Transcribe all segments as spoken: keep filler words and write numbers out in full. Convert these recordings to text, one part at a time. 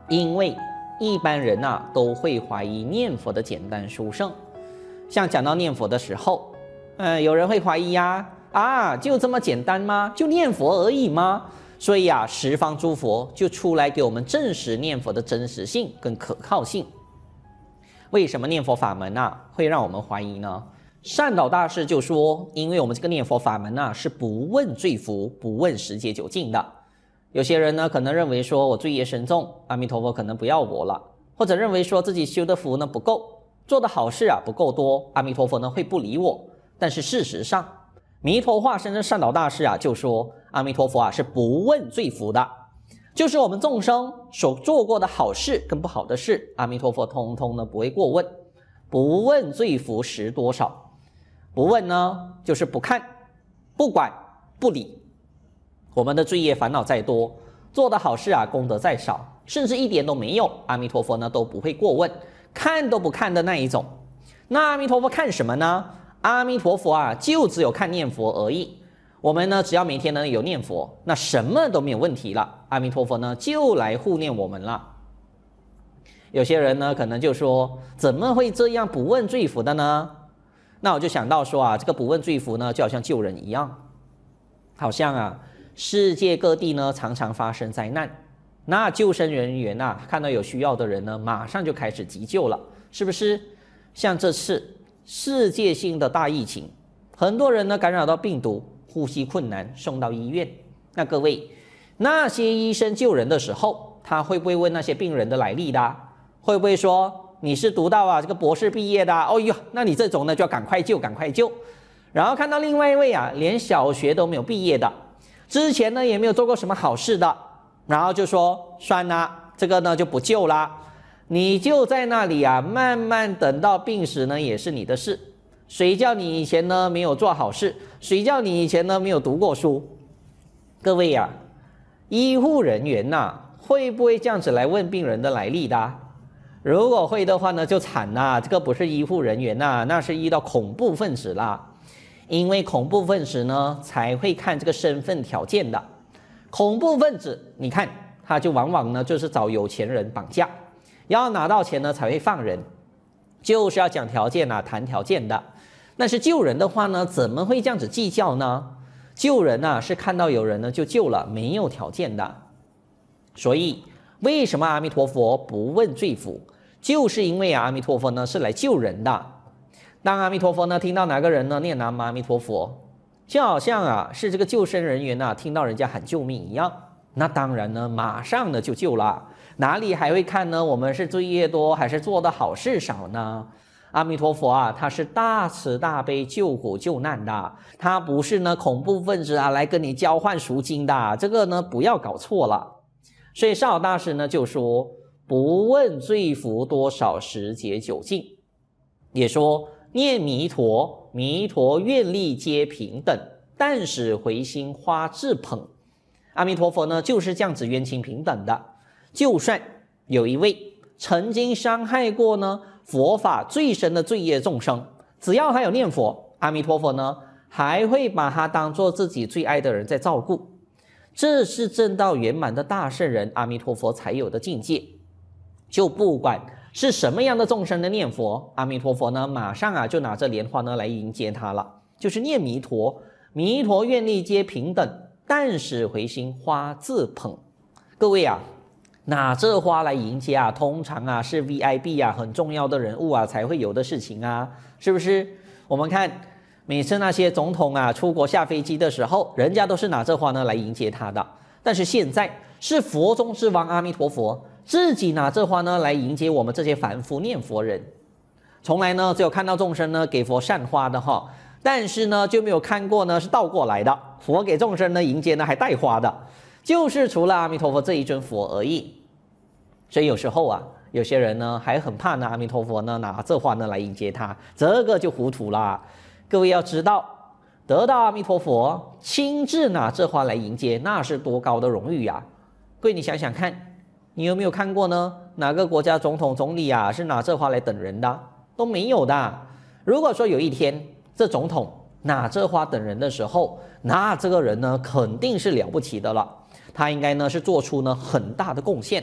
因为一般人啊都会怀疑念佛的简单殊胜。像讲到念佛的时候，呃，有人会怀疑呀，啊，就这么简单吗？就念佛而已吗？所以啊，十方诸佛就出来给我们证实念佛的真实性跟可靠性。为什么念佛法门啊会让我们怀疑呢？善导大师就说，因为我们这个念佛法门啊是不问罪福，不问时节久近的。有些人呢可能认为说我罪业深重，阿弥陀佛可能不要我了，或者认为说自己修的福呢不够，做的好事啊不够多，阿弥陀佛呢会不理我。但是事实上，弥陀化身的善导大师啊就说，阿弥陀佛啊是不问罪福的，就是我们众生所做过的好事跟不好的事，阿弥陀佛通通呢不会过问，不问罪福识多少。不问呢就是不看、不管、不理。我们的罪业烦恼再多，做的好事啊功德再少，甚至一点都没有，阿弥陀佛呢都不会过问，看都不看的那一种。那阿弥陀佛看什么呢？阿弥陀佛啊就只有看念佛而已。我们呢只要每天呢有念佛，那什么都没有问题了，阿弥陀佛呢就来护念我们了。有些人呢可能就说，怎么会这样不问罪福的呢？那我就想到说啊，这个不问罪福呢就好像救人一样，好像啊世界各地呢常常发生灾难，那救生人员啊看到有需要的人呢马上就开始急救了，是不是？像这次世界性的大疫情，很多人呢感染到病毒，呼吸困难，送到医院。那各位，那些医生救人的时候，他会不会问那些病人的来历的？会不会说你是读到啊这个博士毕业的？哦哟，那你这种呢就要赶快救，赶快救。然后看到另外一位啊，连小学都没有毕业的，之前呢也没有做过什么好事的，然后就说算了，这个呢就不救啦。你就在那里啊，慢慢等到病死呢也是你的事。谁叫你以前呢没有做好事？谁叫你以前呢没有读过书？各位啊，医护人员呐、啊，会不会这样子来问病人的来历的、啊？如果会的话呢，就惨啦！这个不是医护人员呐、啊，那是遇到恐怖分子啦。因为恐怖分子呢才会看这个身份条件的。恐怖分子，你看他就往往呢就是找有钱人绑架，要拿到钱呢才会放人，就是要讲条件啊，谈条件的。但是救人的话呢，怎么会这样子计较呢？救人啊是看到有人呢就救了，没有条件的。所以为什么阿弥陀佛不问罪福？就是因为啊阿弥陀佛呢是来救人的。当阿弥陀佛呢听到哪个人呢念南无阿弥陀佛，就好像啊是这个救生人员啊听到人家喊救命一样，那当然呢马上呢就救了，哪里还会看呢我们是罪业多还是做的好事少呢？阿弥陀佛啊，他是大慈大悲救苦救难的，他不是呢恐怖分子啊来跟你交换赎金的，这个呢不要搞错了。所以少大师呢就说，不问罪福多少时节久近，也说念弥陀，弥陀愿力皆平等，但使回心花自捧。阿弥陀佛呢就是这样子冤亲平等的，就算有一位曾经伤害过呢佛法最深的罪业众生，只要他有念佛，阿弥陀佛呢还会把他当作自己最爱的人在照顾。这是证道圆满的大圣人阿弥陀佛才有的境界。就不管是什么样的众生的念佛，阿弥陀佛呢马上啊就拿着莲花呢来迎接他了，就是念弥陀，弥陀愿力皆平等，但使回心花自捧。各位啊，拿这花来迎接啊，通常啊是 V I P 啊很重要的人物啊才会有的事情啊，是不是？我们看每次那些总统啊出国下飞机的时候，人家都是拿这花呢来迎接他的。但是现在是佛中之王阿弥陀佛自己拿这花呢来迎接我们这些凡夫念佛人。从来呢只有看到众生呢给佛散花的哈，但是呢就没有看过呢是倒过来的，佛给众生呢迎接呢还带花的，就是除了阿弥陀佛这一尊佛而已。所以有时候啊有些人呢还很怕呢阿弥陀佛呢拿这花呢来迎接他，这个就糊涂啦。各位要知道，得到阿弥陀佛亲自拿这花来迎接，那是多高的荣誉啊！各位你想想看，你有没有看过呢？哪个国家总统总理啊是拿这花来等人的？都没有的。如果说有一天这总统拿这花等人的时候，那这个人呢肯定是了不起的了，他应该呢是做出呢很大的贡献。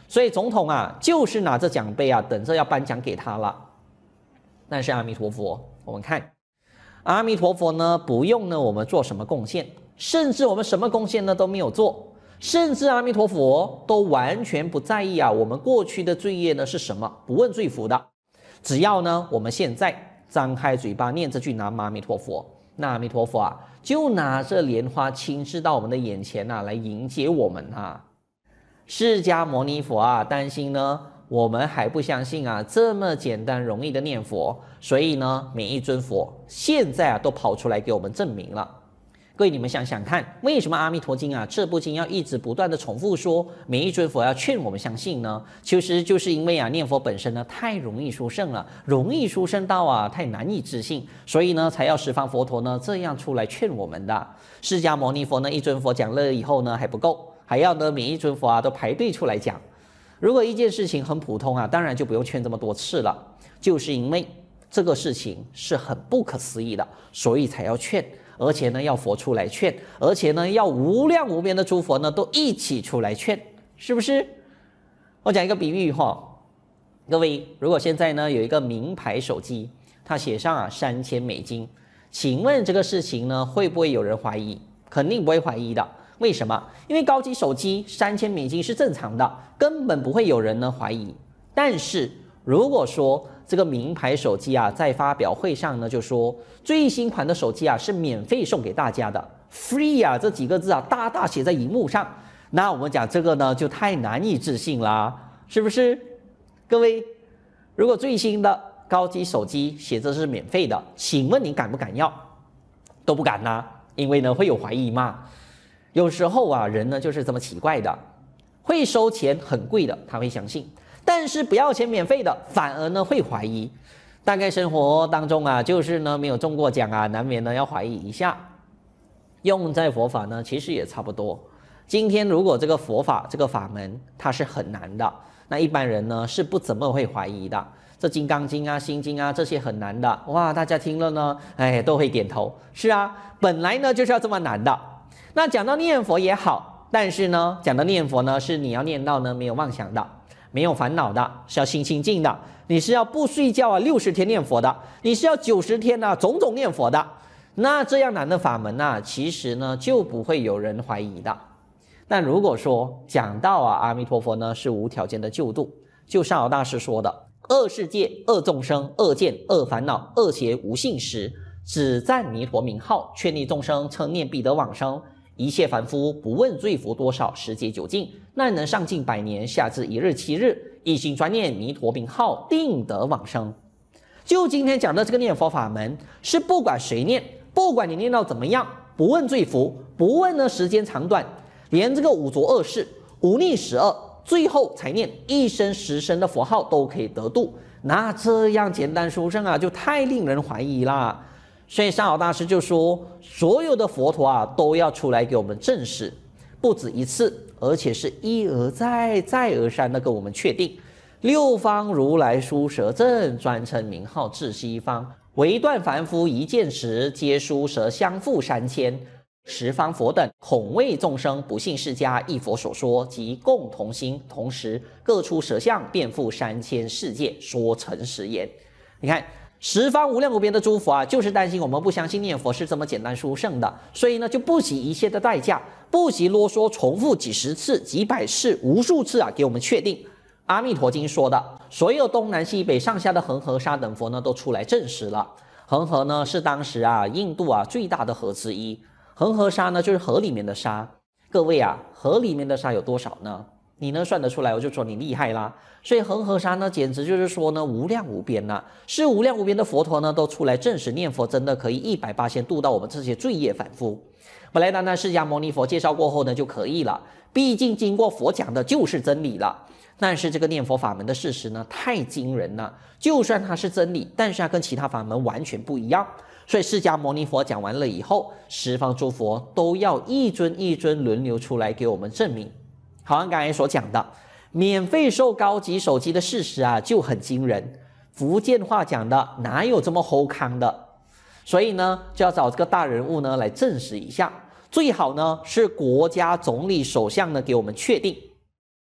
所以总统啊，就是拿着奖杯啊，等着要颁奖给他了。但是阿弥陀佛，我们看阿弥陀佛呢，不用呢我们做什么贡献，甚至我们什么贡献呢都没有做，甚至阿弥陀佛都完全不在意啊，我们过去的罪业呢是什么，不问罪福的。只要呢我们现在张开嘴巴念这句南无阿弥陀佛，那阿弥陀佛啊，就拿着莲花亲自到我们的眼前啊，来迎接我们啊。释迦牟尼佛啊，担心呢我们还不相信啊，这么简单容易的念佛，所以呢每一尊佛现在啊都跑出来给我们证明了。各位你们想想看，为什么阿弥陀经啊这部经要一直不断的重复说每一尊佛要劝我们相信呢？其实就是因为啊念佛本身呢太容易殊胜了，容易殊胜到啊太难以置信，所以呢才要十方佛陀呢这样出来劝我们的。释迦牟尼佛呢一尊佛讲了以后呢还不够，还要呢每一尊佛啊都排队出来讲。如果一件事情很普通啊，当然就不用劝这么多次了，就是因为这个事情是很不可思议的，所以才要劝。而且呢要佛出来劝，而且呢要无量无边的诸佛呢都一起出来劝，是不是？我讲一个比喻哈，各位，如果现在呢有一个名牌手机，它写上啊三千美金，请问这个事情呢会不会有人怀疑？肯定不会怀疑的。为什么？因为高级手机三千美金是正常的，根本不会有人呢怀疑。但是如果说这个名牌手机啊，在发表会上呢，就说最新款的手机啊是免费送给大家的 ，free 啊这几个字啊大大写在荧幕上，那我们讲这个呢就太难以置信啦，是不是？各位，如果最新的高级手机写着是免费的，请问你敢不敢要？都不敢啦，因为呢会有怀疑嘛。有时候啊人呢就是这么奇怪的，会收钱很贵的他会相信。但是不要钱免费的，反而呢会怀疑。大概生活当中啊，就是呢没有中过奖啊，难免呢要怀疑一下。用在佛法呢，其实也差不多。今天如果这个佛法这个法门它是很难的，那一般人呢是不怎么会怀疑的。这《金刚经》啊、《心经》啊这些很难的，哇，大家听了呢，哎，都会点头。是啊，本来呢就是要这么难的。那讲到念佛也好，但是呢，讲到念佛呢，是你要念到呢没有妄想的。没有烦恼的，是要心清净的，你是要不睡觉啊六十天念佛的，你是要九十天啊种种念佛的。那这样难的法门啊，其实呢就不会有人怀疑的。但如果说讲到啊阿弥陀佛呢是无条件的救度，就上老大师说的，恶世界、恶众生、恶见、恶烦恼、恶邪无性时，只赞弥陀名号，劝励众生称念必得往生。一切凡夫不问罪福多少，时节久尽，难能上尽百年，下至一日七日，一心专念弥陀名号，定得往生。就今天讲的这个念佛法门，是不管谁念，不管你念到怎么样，不问罪福，不问呢时间长短，连这个五浊恶世、无逆十恶，最后才念一生十声的佛号都可以得度。那这样简单殊胜啊，就太令人怀疑啦。所以上老大师就说，所有的佛陀啊都要出来给我们证实，不止一次，而且是一而再再而三的跟我们确定，六方如来书舌正，专称名号至西方，唯断凡夫一见时，皆书舌相复三千。十方佛等恐为众生不信释迦一佛所说，即共同心，同时各出舌相，遍覆三千世界，说诚实言。你看。十方无量无边的诸佛啊，就是担心我们不相信念佛是这么简单殊胜的，所以呢就不惜一切的代价，不惜啰嗦重复几十次、几百次、无数次啊，给我们确定。阿弥陀经说的，所有东南西北上下的恒河沙等佛呢，都出来证实了。恒河呢是当时啊印度啊最大的河之一，恒河沙呢就是河里面的沙。各位啊，河里面的沙有多少呢？你能算得出来，我就说你厉害啦。所以恒河沙呢，简直就是说呢，无量无边呐、啊，是无量无边的佛陀呢，都出来证实念佛真的可以一百八千度到我们这些罪业凡夫。本来单单释迦牟尼佛介绍过后呢就可以了，毕竟经过佛讲的就是真理了。但是这个念佛法门的事实呢，太惊人了。就算它是真理，但是它跟其他法门完全不一样。所以释迦牟尼佛讲完了以后，十方诸佛都要一尊一尊轮流出来给我们证明。好像刚才所讲的，免费售高级手机的事实啊，就很惊人。福建话讲的，哪有这么厚康的？所以呢，就要找这个大人物呢来证实一下。最好呢是国家总理首相呢给我们确定。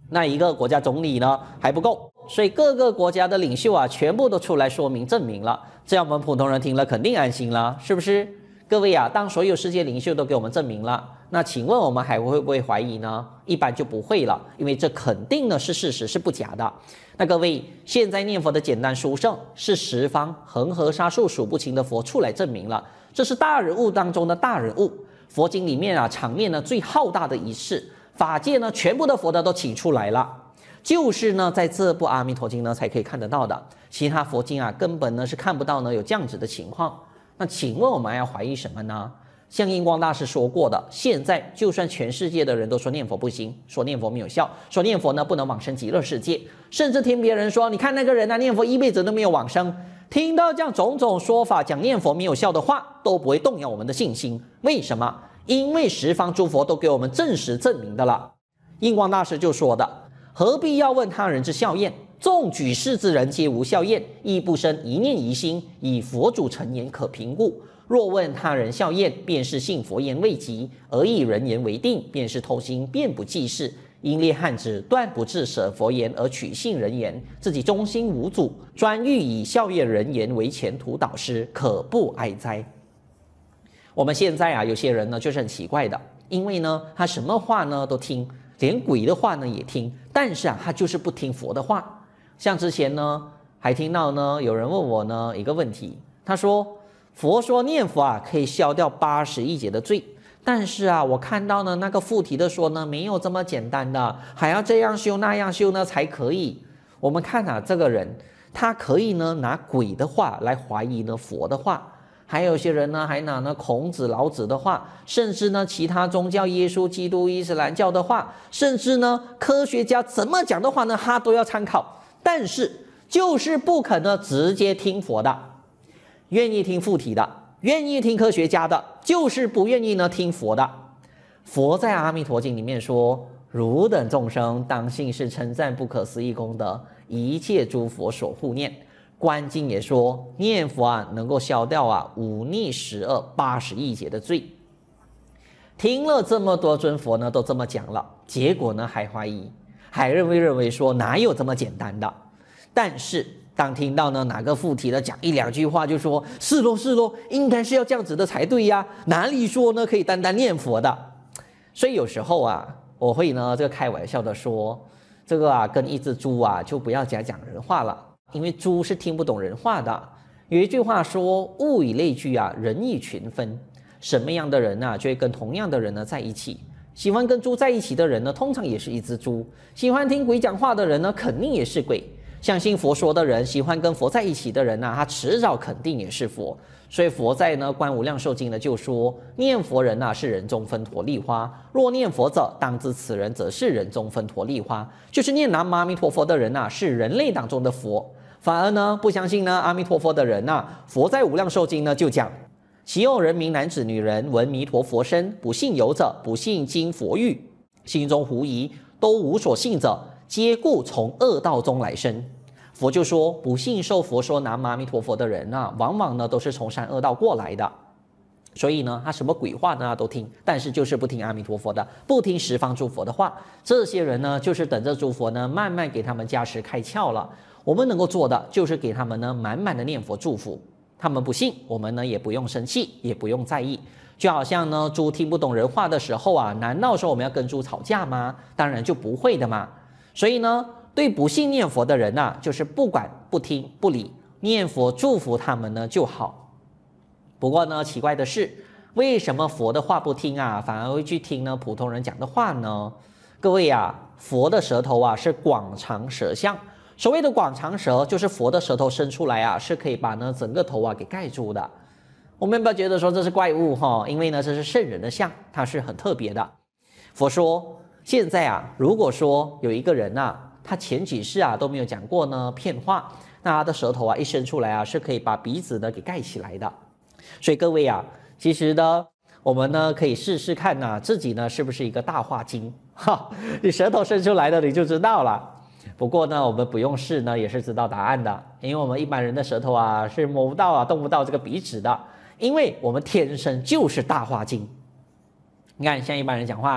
那一个国家总理呢还不够，所以各个国家的领袖啊，全部都出来说明证明了，这样我们普通人听了肯定安心了，是不是？各位啊，当所有世界领袖都给我们证明了，那请问我们还会不会怀疑呢？一般就不会了，因为这肯定呢是事实，是不假的。那各位，现在念佛的简单殊胜，是十方恒河沙数数不清的佛出来证明了，这是大人物当中的大人物。佛经里面啊，场面呢最浩大的仪式，法界呢全部的佛呢都请出来了，就是呢在这部阿弥陀经呢才可以看得到的，其他佛经啊根本呢是看不到呢有这样子的情况。那请问我们还要怀疑什么呢？像印光大师说过的，现在就算全世界的人都说念佛不行，说念佛没有效，说念佛呢不能往生极乐世界，甚至听别人说，你看那个人啊念佛一辈子都没有往生，听到这样种种说法，讲念佛没有效的话，都不会动摇我们的信心。为什么？因为十方诸佛都给我们证实证明的了。印光大师就说的，何必要问他人之效验？纵举世之人皆无效验，亦不生一念疑心，以佛主诚言可评估。若问他人效验，便是信佛言未及，而以人言为定，便是偷心，便不济事。因列汉子断不至舍佛言而取信人言，自己忠心无阻，专欲以效验人言为前途导师，可不哀哉。我们现在啊，有些人呢就是很奇怪的，因为呢他什么话呢都听，连鬼的话呢也听，但是啊他就是不听佛的话。像之前呢还听到呢有人问我呢一个问题，他说佛说念佛啊可以消掉八十亿劫的罪，但是啊我看到呢那个附题的说呢没有这么简单的，还要这样修那样修呢才可以。我们看啊这个人他可以呢拿鬼的话来怀疑呢佛的话，还有些人呢还拿呢孔子老子的话，甚至呢其他宗教耶稣基督伊斯兰教的话，甚至呢科学家怎么讲的话呢他都要参考，但是就是不肯呢直接听佛的，愿意听附体的，愿意听科学家的，就是不愿意呢听佛的。佛在阿弥陀经里面说，汝等众生当信是称赞不可思议功德，一切诸佛所护念。观经也说，念佛啊能够消掉啊五逆十恶八十亿劫的罪。听了这么多尊佛呢都这么讲了，结果呢还怀疑，还认为认为说哪有这么简单的。但是当听到呢哪个附体的讲一两句话就说是咯是咯，应该是要这样子的才对呀，哪里说呢可以单单念佛的。所以有时候啊我会呢这个开玩笑的说，这个啊跟一只猪啊就不要讲讲人话了，因为猪是听不懂人话的。有一句话说，物以类聚啊，人以群分。什么样的人啊就会跟同样的人呢在一起。喜欢跟猪在一起的人呢通常也是一只猪，喜欢听鬼讲话的人呢肯定也是鬼，相信佛说的人，喜欢跟佛在一起的人啊，他迟早肯定也是佛。所以佛在呢观无量寿经呢就说，念佛人啊是人中分陀利花，若念佛者，当知此人则是人中分陀利花。就是念南无阿弥陀佛的人啊是人类当中的佛，反而呢不相信呢阿弥陀佛的人啊，佛在无量寿经呢就讲，其有人名男子女人闻弥陀佛声，不信有者，不信经佛语，心中狐疑，都无所信者，皆故从恶道中来生。佛就说，不信受佛说南无阿弥陀佛的人啊，往往呢都是从善恶道过来的。所以呢他什么鬼话呢都听，但是就是不听阿弥陀佛的，不听十方诸佛的话。这些人呢就是等着诸佛呢慢慢给他们加持开窍了。我们能够做的就是给他们呢满满的念佛祝福，他们不信，我们呢也不用生气，也不用在意。就好像呢猪听不懂人话的时候啊，难道说我们要跟猪吵架吗？当然就不会的嘛。所以呢对不信念佛的人啊，就是不管不听不理，念佛祝福他们呢就好。不过呢奇怪的是，为什么佛的话不听啊，反而会去听呢普通人讲的话呢？各位啊，佛的舌头啊是广长舌相，所谓的广长舌就是佛的舌头伸出来啊是可以把呢整个头啊给盖住的。我们不要觉得说这是怪物哈，因为呢这是圣人的相，它是很特别的。佛说现在啊，如果说有一个人啊，他前几世啊都没有讲过呢骗话，那他的舌头啊一伸出来啊是可以把鼻子呢给盖起来的。所以各位啊，其实呢我们呢可以试试看呢、啊、自己呢是不是一个大话精哈，你舌头伸出来的你就知道了。不过呢我们不用试呢也是知道答案的，因为我们一般人的舌头啊是摸不到啊动不到这个鼻子的，因为我们天生就是大话精。你看像一般人讲话啊，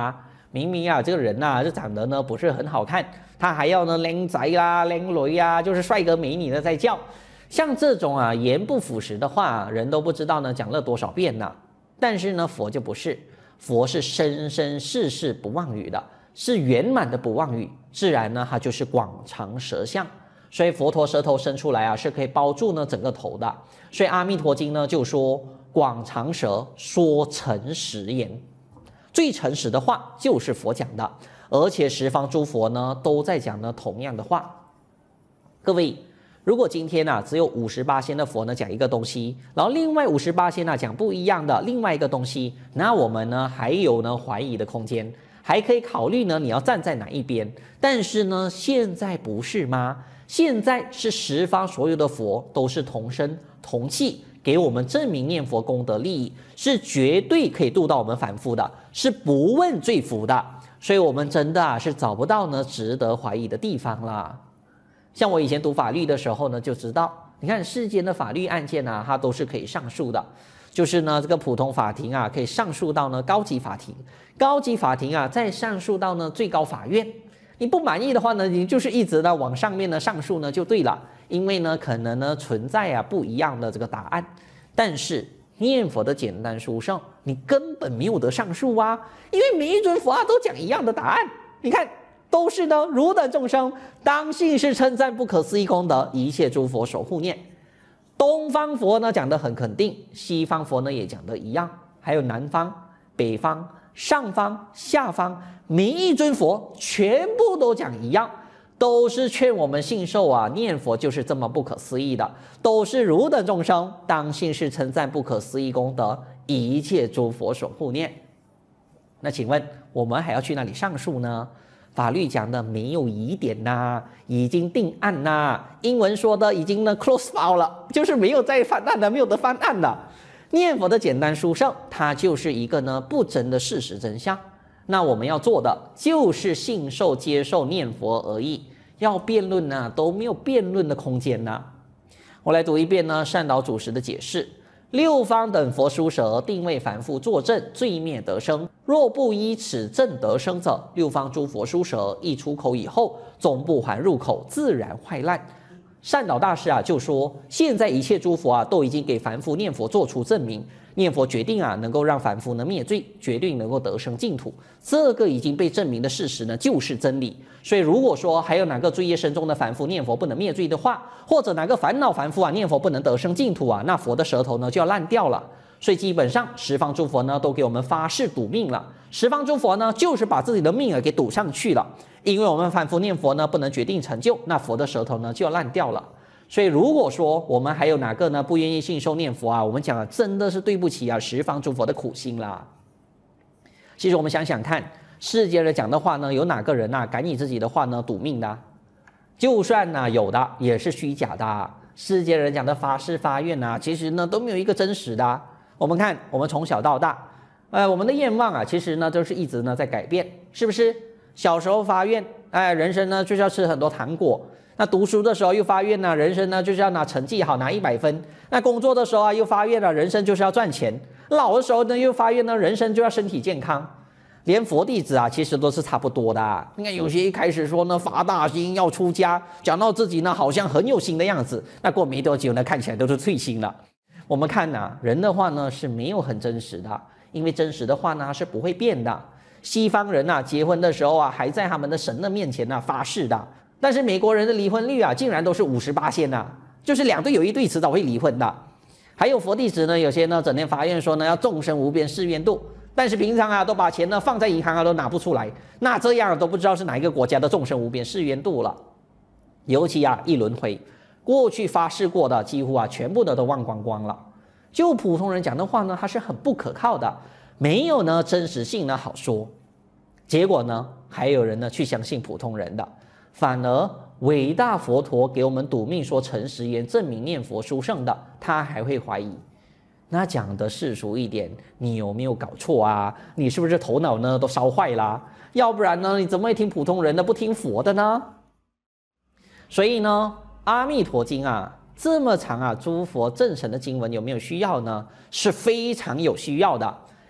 明明啊，这个人呐、啊，就长得呢不是很好看，他还要呢靓仔啦、靓女啊，就是帅哥美女的在叫。像这种啊言不符实的话，人都不知道呢讲了多少遍呢。但是呢，佛就不是，佛是生生世世不忘语的，是圆满的不忘语，自然呢它就是广长舌相。所以佛陀舌头伸出来啊，是可以包住呢整个头的。所以阿弥陀经呢就说广长舌，说诚实言。最诚实的话就是佛讲的，而且十方诸佛呢都在讲呢同样的话。各位，如果今天啊只有五十八仙的佛呢讲一个东西，然后另外五十八仙呢讲不一样的另外一个东西，那我们呢还有呢怀疑的空间，还可以考虑呢你要站在哪一边。但是呢现在不是吗？现在是十方所有的佛都是同声同气，给我们证明念佛功德利益，是绝对可以度到我们凡夫的，是不问罪福的。所以我们真的啊是找不到呢值得怀疑的地方啦。像我以前读法律的时候呢，就知道，你看世间的法律案件啊，它都是可以上诉的，就是呢这个普通法庭啊可以上诉到呢高级法庭，高级法庭啊再上诉到呢最高法院。你不满意的话呢，你就是一直呢往上面呢上诉呢就对了，因为呢可能呢存在啊不一样的这个答案。但是念佛的简单殊胜，你根本没有得上诉啊，因为每一尊佛啊都讲一样的答案。你看，都是呢汝等众生当信是称赞不可思议功德，一切诸佛守护念。东方佛呢讲得很肯定，西方佛呢也讲得一样，还有南方、北方、上方、下方，每一尊佛全部都讲一样，都是劝我们信受啊，念佛就是这么不可思议的，都是汝等众生当信是称赞不可思议功德，一切诸佛守护念。那请问我们还要去哪里上诉呢？法律讲的没有疑点呐、啊，已经定案呐、啊，英文说的已经呢 close file 了，就是没有再翻案的，没有得翻案了。念佛的简单殊胜，它就是一个呢不争的事实真相。那我们要做的就是信受接受念佛而已，要辩论呢都没有辩论的空间呐。我来读一遍呢善导主持的解释：六方等佛殊舍，定为凡夫作证，罪灭得生。若不依此证得生者，六方诸佛殊舍一出口以后，终不还入口，自然坏烂。善导大师啊就说，现在一切诸佛啊都已经给凡夫念佛做出证明，念佛决定啊能够让凡夫呢灭罪，决定能够得生净土，这个已经被证明的事实呢就是真理。所以如果说还有哪个罪业深重的凡夫念佛不能灭罪的话，或者哪个烦恼凡夫啊念佛不能得生净土啊，那佛的舌头呢就要烂掉了。所以基本上十方诸佛呢都给我们发誓赌命了，十方诸佛呢就是把自己的命啊给赌上去了。因为我们凡夫念佛呢不能决定成就，那佛的舌头呢就要烂掉了。所以如果说我们还有哪个呢不愿意信受念佛啊，我们讲啊真的是对不起啊十方诸佛的苦心啦。其实我们想想看，世间人讲的话呢，有哪个人啊敢以自己的话呢赌命的、啊？就算呢、啊、有的，也是虚假的、啊。世间人讲的发誓发愿啊，其实呢都没有一个真实的、啊。我们看，我们从小到大，呃，我们的愿望啊，其实呢都是一直呢在改变，是不是？小时候发愿，哎，人生呢就是要吃很多糖果。那读书的时候又发愿呢，人生呢就是要拿成绩好，拿一百分。那工作的时候啊，又发愿了，人生就是要赚钱。老的时候呢，又发愿呢，人生就要身体健康。连佛弟子啊，其实都是差不多的、啊。你看有些一开始说呢发大心要出家，讲到自己呢好像很有心的样子，那过没多久呢，看起来都是退心了。我们看呐、啊，人的话呢是没有很真实的，因为真实的话呢是不会变的。西方人啊，结婚的时候啊，还在他们的神的面前啊发誓的。但是美国人的离婚率啊，竟然都是五十八仙呐，就是两对有一对迟早会离婚的。还有佛弟子呢，有些呢整天发愿说呢要众生无边誓愿度，但是平常啊都把钱呢放在银行啊都拿不出来，那这样都不知道是哪一个国家的众生无边誓愿度了。尤其啊一轮回，过去发誓过的几乎啊全部的都忘光光了。就普通人讲的话呢，它是很不可靠的。没有呢真实性呢好说，结果呢还有人呢去相信普通人的，反而伟大佛陀给我们赌命说诚实言证明念佛殊胜的，他还会怀疑。那讲的世俗一点，你有没有搞错啊？你是不是头脑呢都烧坏啦？要不然呢你怎么会听普通人的不听佛的呢？所以呢阿弥陀经啊这么长啊诸佛正神的经文有没有需要呢？是非常有需要的。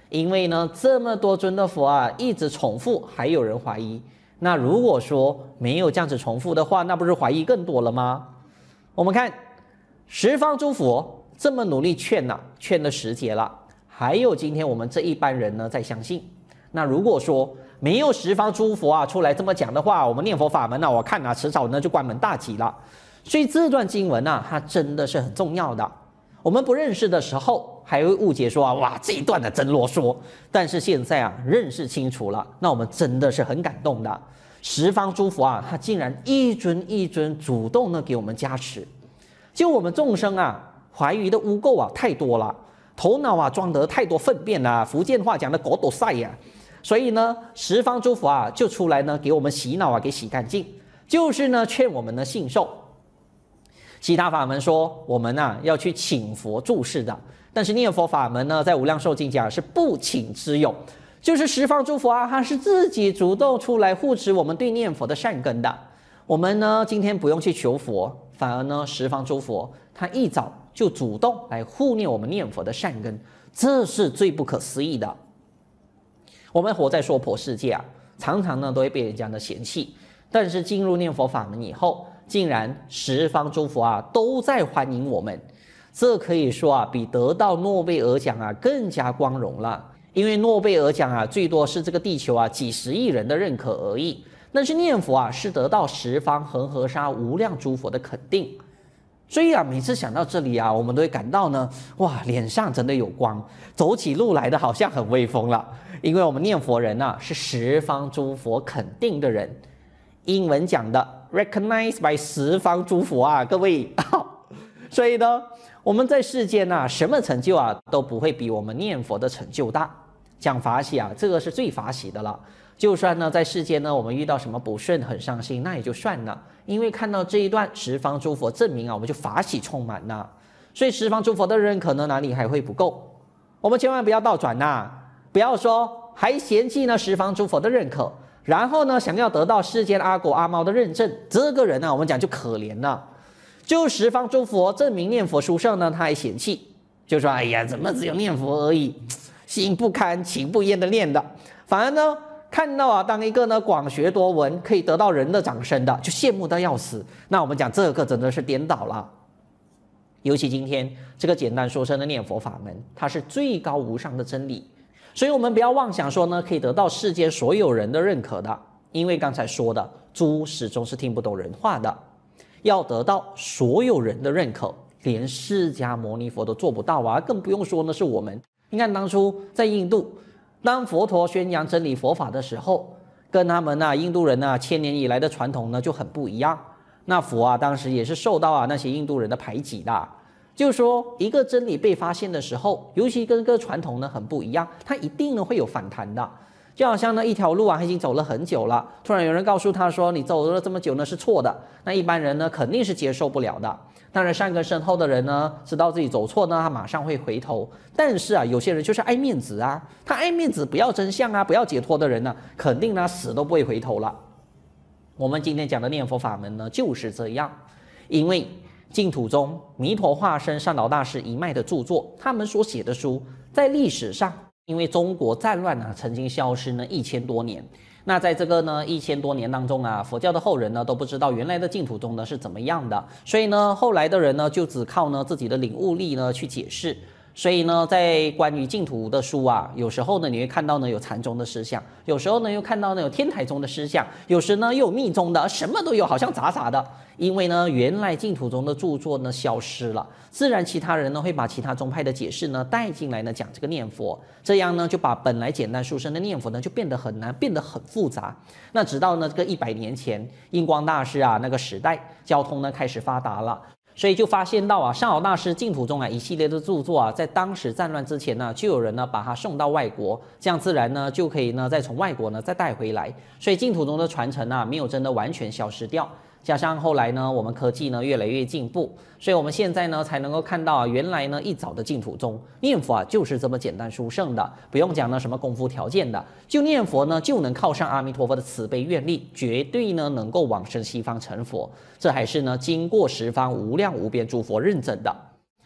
因为呢这么多尊的佛啊一直重复，还有人怀疑。那如果说没有这样子重复的话，那不是怀疑更多了吗？我们看十方诸佛这么努力劝呐、啊，劝了十劫了，还有今天我们这一般人呢在相信。那如果说没有十方诸佛啊出来这么讲的话，我们念佛法门呢、啊，我看啊迟早呢就关门大吉了。所以这段经文啊，它真的是很重要的。我们不认识的时候还会误解说啊，哇这一段的真啰嗦。但是现在啊认识清楚了，那我们真的是很感动的。十方诸佛啊，他竟然一尊一尊主动的给我们加持。就我们众生啊，怀疑的污垢啊太多了，头脑啊装得太多粪便啦、啊，福建话讲的狗斗晒呀。所以呢，十方诸佛啊就出来呢给我们洗脑啊，给洗干净，就是呢劝我们呢信受。其他法门说我们啊要去请佛注释的，但是念佛法门呢，在无量寿经讲是不请之用，就是十方诸佛啊，他是自己主动出来护持我们对念佛的善根的。我们呢今天不用去求佛，反而呢十方诸佛他一早就主动来护念我们念佛的善根，这是最不可思议的。我们活在娑婆世界啊，常常呢都会被人家呢嫌弃，但是进入念佛法门以后，竟然十方诸佛啊都在欢迎我们，这可以说啊比得到诺贝尔奖啊更加光荣了。因为诺贝尔奖啊最多是这个地球啊几十亿人的认可而已，但是念佛啊是得到十方恒河沙无量诸佛的肯定。所以啊每次想到这里啊，我们都会感到呢，哇脸上真的有光，走起路来的好像很威风了。因为我们念佛人啊是十方诸佛肯定的人，英文讲的 recognized by 十方诸佛啊，各位。所以呢，我们在世间啊，什么成就啊都不会比我们念佛的成就大。讲法喜啊，这个是最法喜的了。就算呢在世间呢，我们遇到什么不顺，很伤心，那也就算了。因为看到这一段十方诸佛证明啊，我们就法喜充满呐。所以十方诸佛的认可呢，哪里还会不够？我们千万不要倒转呐，不要说还嫌弃呢十方诸佛的认可，然后呢想要得到世间阿狗阿猫的认证，这个人呢、啊，我们讲就可怜了。就十方诸佛证明念佛殊胜呢，他还嫌弃，就说哎呀，怎么只有念佛而已，心不甘情不愿的念的。反而呢看到啊，当一个呢广学多闻，可以得到人的掌声的，就羡慕到要死。那我们讲这个真的是颠倒了。尤其今天这个简单殊胜的念佛法门，它是最高无上的真理，所以我们不要妄想说呢可以得到世间所有人的认可的，因为刚才说的猪始终是听不懂人话的。要得到所有人的认可，连释迦牟尼佛都做不到啊，更不用说呢是我们。你看当初在印度，当佛陀宣扬真理佛法的时候，跟他们啊印度人啊千年以来的传统呢就很不一样。那佛啊当时也是受到啊那些印度人的排挤的，就是说一个真理被发现的时候，尤其跟这个传统呢很不一样，它一定呢会有反弹的。就好像呢一条路啊，他已经走了很久了，突然有人告诉他说你走了这么久呢是错的，那一般人呢肯定是接受不了的。当然善根深厚的人呢，知道自己走错呢，他马上会回头。但是啊，有些人就是爱面子啊，他爱面子，不要真相啊，不要解脱的人呢，肯定呢死都不会回头了。我们今天讲的念佛法门呢，就是这样。因为净土中弥陀化身善导大师一脉的著作，他们所写的书，在历史上，因为中国战乱啊，曾经消失呢一千多年。那在这个呢一千多年当中啊，佛教的后人呢都不知道原来的净土宗呢是怎么样的，所以呢后来的人呢就只靠呢自己的领悟力呢去解释。所以呢在关于净土的书啊，有时候呢你会看到呢有禅宗的思想，有时候呢又看到呢有天台宗的思想，有时呢又有密宗的，什么都有，好像杂杂的。因为呢原来净土宗的著作呢消失了，自然其他人呢会把其他宗派的解释呢带进来呢讲这个念佛，这样呢就把本来简单殊胜的念佛呢就变得很难，变得很复杂。那直到呢这个一百年前印光大师啊那个时代，交通呢开始发达了，所以就发现到啊善导大师净土宗啊一系列的著作啊，在当时战乱之前呢，就有人呢把它送到外国，这样自然呢就可以呢再从外国呢再带回来，所以净土宗的传承啊没有真的完全消失掉。加上后来呢，我们科技呢越来越进步，所以我们现在呢才能够看到啊，原来呢一早的净土宗念佛啊就是这么简单殊胜的，不用讲呢什么功夫条件的，就念佛呢就能靠上阿弥陀佛的慈悲愿力，绝对呢能够往生西方成佛，这还是呢经过十方无量无边诸佛认证的。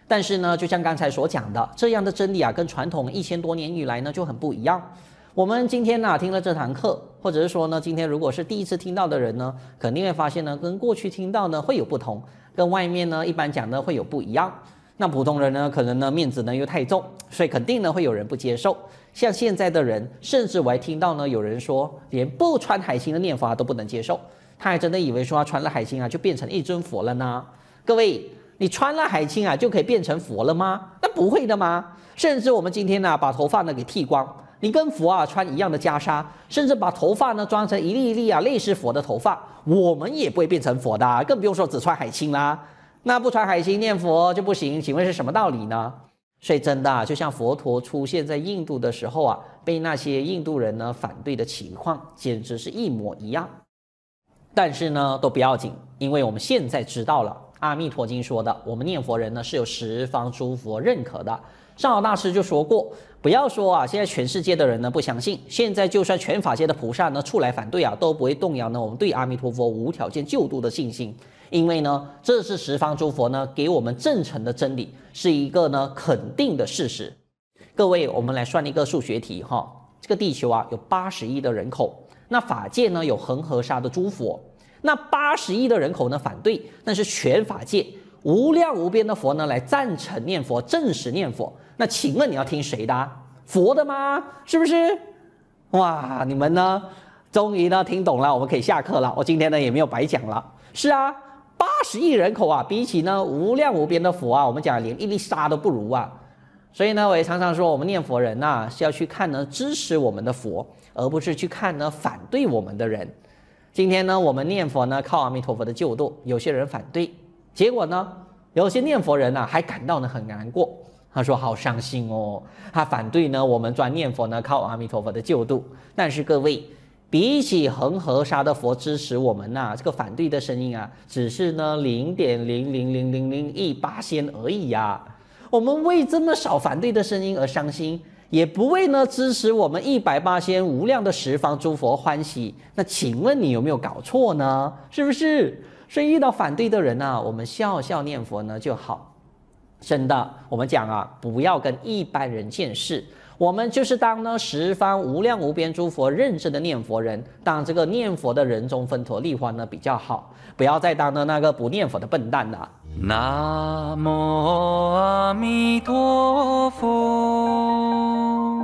但是呢，就像刚才所讲的，这样的真理啊，跟传统一千多年以来呢就很不一样。我们今天呢、啊、听了这堂课，或者是说呢，今天如果是第一次听到的人呢，肯定会发现呢，跟过去听到呢会有不同，跟外面呢一般讲的会有不一样。那普通人呢，可能呢面子呢又太重，所以肯定呢会有人不接受。像现在的人，甚至我还听到呢有人说，连不穿海星的念佛啊都不能接受，他还真的以为说他穿了海星啊就变成一尊佛了呢。各位，你穿了海青啊就可以变成佛了吗？那不会的吗？甚至我们今天呢、啊、把头发呢给剃光，你跟佛啊穿一样的袈裟，甚至把头发呢装成一粒一粒啊类似佛的头发，我们也不会变成佛的、啊，更不用说只穿海青啦。那不穿海青念佛就不行，请问是什么道理呢？所以真的、啊、就像佛陀出现在印度的时候啊，被那些印度人呢反对的情况，简直是一模一样。但是呢都不要紧，因为我们现在知道了。阿弥陀经说的，我们念佛人呢是有十方诸佛认可的。上老大师就说过，不要说啊，现在全世界的人呢不相信，现在就算全法界的菩萨呢出来反对啊，都不会动摇呢我们对阿弥陀佛无条件救度的信心，因为呢这是十方诸佛呢给我们证成的真理，是一个呢肯定的事实。各位，我们来算一个数学题哈，这个地球啊有八十亿的人口，那法界呢有恒河沙的诸佛。那八十亿的人口呢反对，但是全法界无量无边的佛呢来赞成念佛，证实念佛。那请问你要听谁的、啊？佛的吗？是不是？哇，你们呢终于呢听懂了，我们可以下课了。我今天呢也没有白讲了。是啊，八十亿人口啊，比起呢无量无边的佛啊，我们讲连一粒沙都不如啊。所以呢，我也常常说，我们念佛人呐、啊、是要去看呢支持我们的佛，而不是去看呢反对我们的人。今天呢，我们念佛呢靠阿弥陀佛的救度，有些人反对，结果呢，有些念佛人呢、啊、还感到呢很难过，他说好伤心哦，他反对呢我们专念佛呢靠阿弥陀佛的救度。但是各位，比起恒河沙的佛支持我们呐、啊，这个反对的声音啊，只是呢零点零零零零零一八仙而已呀、啊。我们为这么少反对的声音而伤心，也不为呢支持我们一百八千无量的十方诸佛欢喜，那请问你有没有搞错呢？是不是？所以遇到反对的人啊，我们笑笑念佛呢就好。真的，我们讲啊，不要跟一般人见识，我们就是当呢十方无量无边诸佛认证的念佛人，当这个念佛的人中分陀利欢呢比较好，不要再当呢那个不念佛的笨蛋了。 南无阿弥陀佛，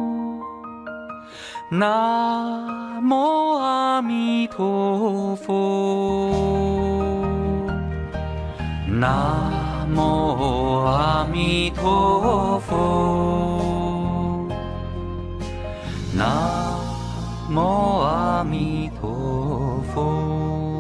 南无阿弥陀佛，南无阿弥陀佛，南无阿弥陀佛。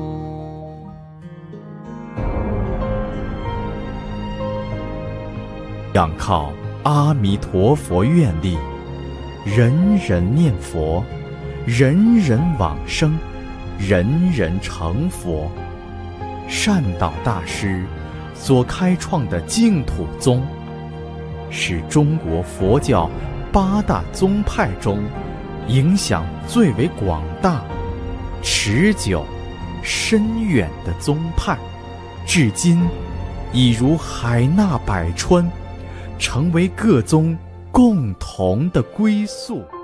仰靠阿弥陀佛愿力，人人念佛，人人往生，人人成佛。善导大师所开创的净土宗，是中国佛教八大宗派中影响最为广大、持久、深远的宗派，至今已如海纳百川，成为各宗共同的归宿。